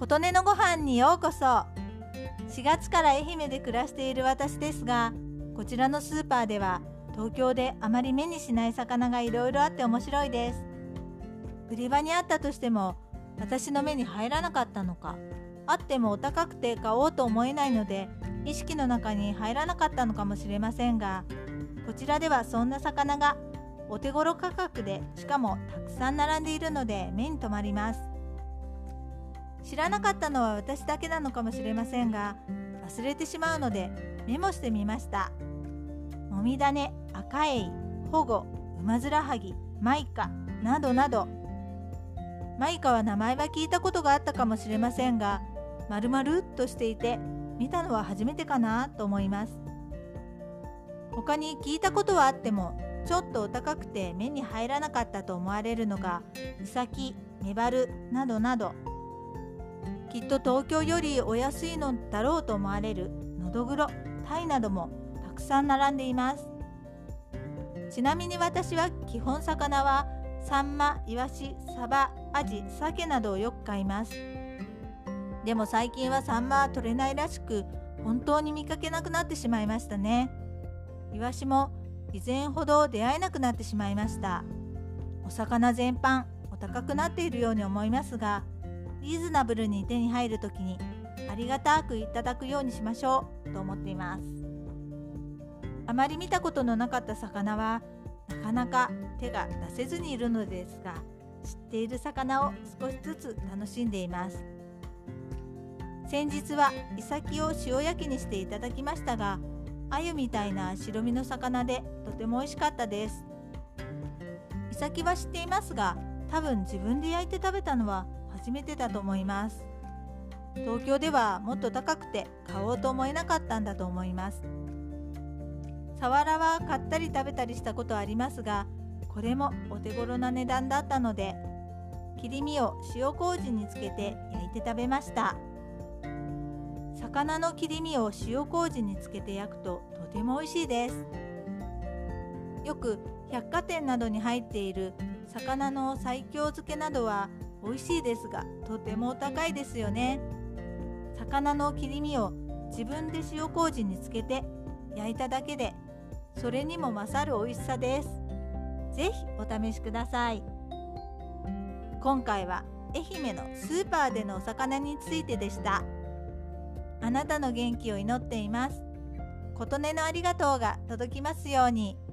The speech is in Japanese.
琴音のご飯にようこそ。4月から愛媛で暮らしている私ですが、こちらのスーパーでは東京であまり目にしない魚がいろいろあって面白いです。売り場にあったとしても私の目に入らなかったのか、あってもお高くて買おうと思えないので意識の中に入らなかったのかもしれませんが、こちらではそんな魚がお手頃価格で、しかもたくさん並んでいるので目に留まります。知らなかったのは私だけなのかもしれませんが、忘れてしまうのでメモしてみました。もみだね、赤エイ、ホゴ、ウマヅラハギ、マイカなどなど。マイカは名前は聞いたことがあったかもしれませんが、丸々っとしていて見たのは初めてかなと思います。他に聞いたことはあってもちょっとお高くて目に入らなかったと思われるのがイサキ、メバルなどなど。きっと東京よりお安いのだろうと思われるノドグロ、タイなどもたくさん並んでいます。ちなみに私は基本魚はサンマ、イワシ、サバ、アジ、サケなどをよく買います。でも最近はサンマは取れないらしく、本当に見かけなくなってしまいましたね。イワシも以前ほど出会えなくなってしまいました。お魚全般お高くなっているように思いますが、リーズナブルに手に入るときにありがたくいただくようにしましょうと思っています。あまり見たことのなかった魚はなかなか手が出せずにいるのですが、知っている魚を少しずつ楽しんでいます。先日はイサキを塩焼きにしていただきましたが、アユみたいな白身の魚でとても美味しかったです。イサキは知っていますが、多分自分で焼いて食べたのは初めてだと思います。東京ではもっと高くて買おうと思えなかったんだと思います。サワラは買ったり食べたりしたことありますが、これもお手頃な値段だったので、切り身を塩麹につけて焼いて食べました。魚の切り身を塩麹につけて焼くととても美味しいです。よく百貨店などに入っている魚の西京漬けなどは美味しいですが、とてもお高いですよね。魚の切り身を自分で塩麹につけて焼いただけで、それにも勝る美味しさです。ぜひお試しください。今回は愛媛のスーパーでのお魚についてでした。あなたの元気を祈っています。琴音のありがとうが届きますように。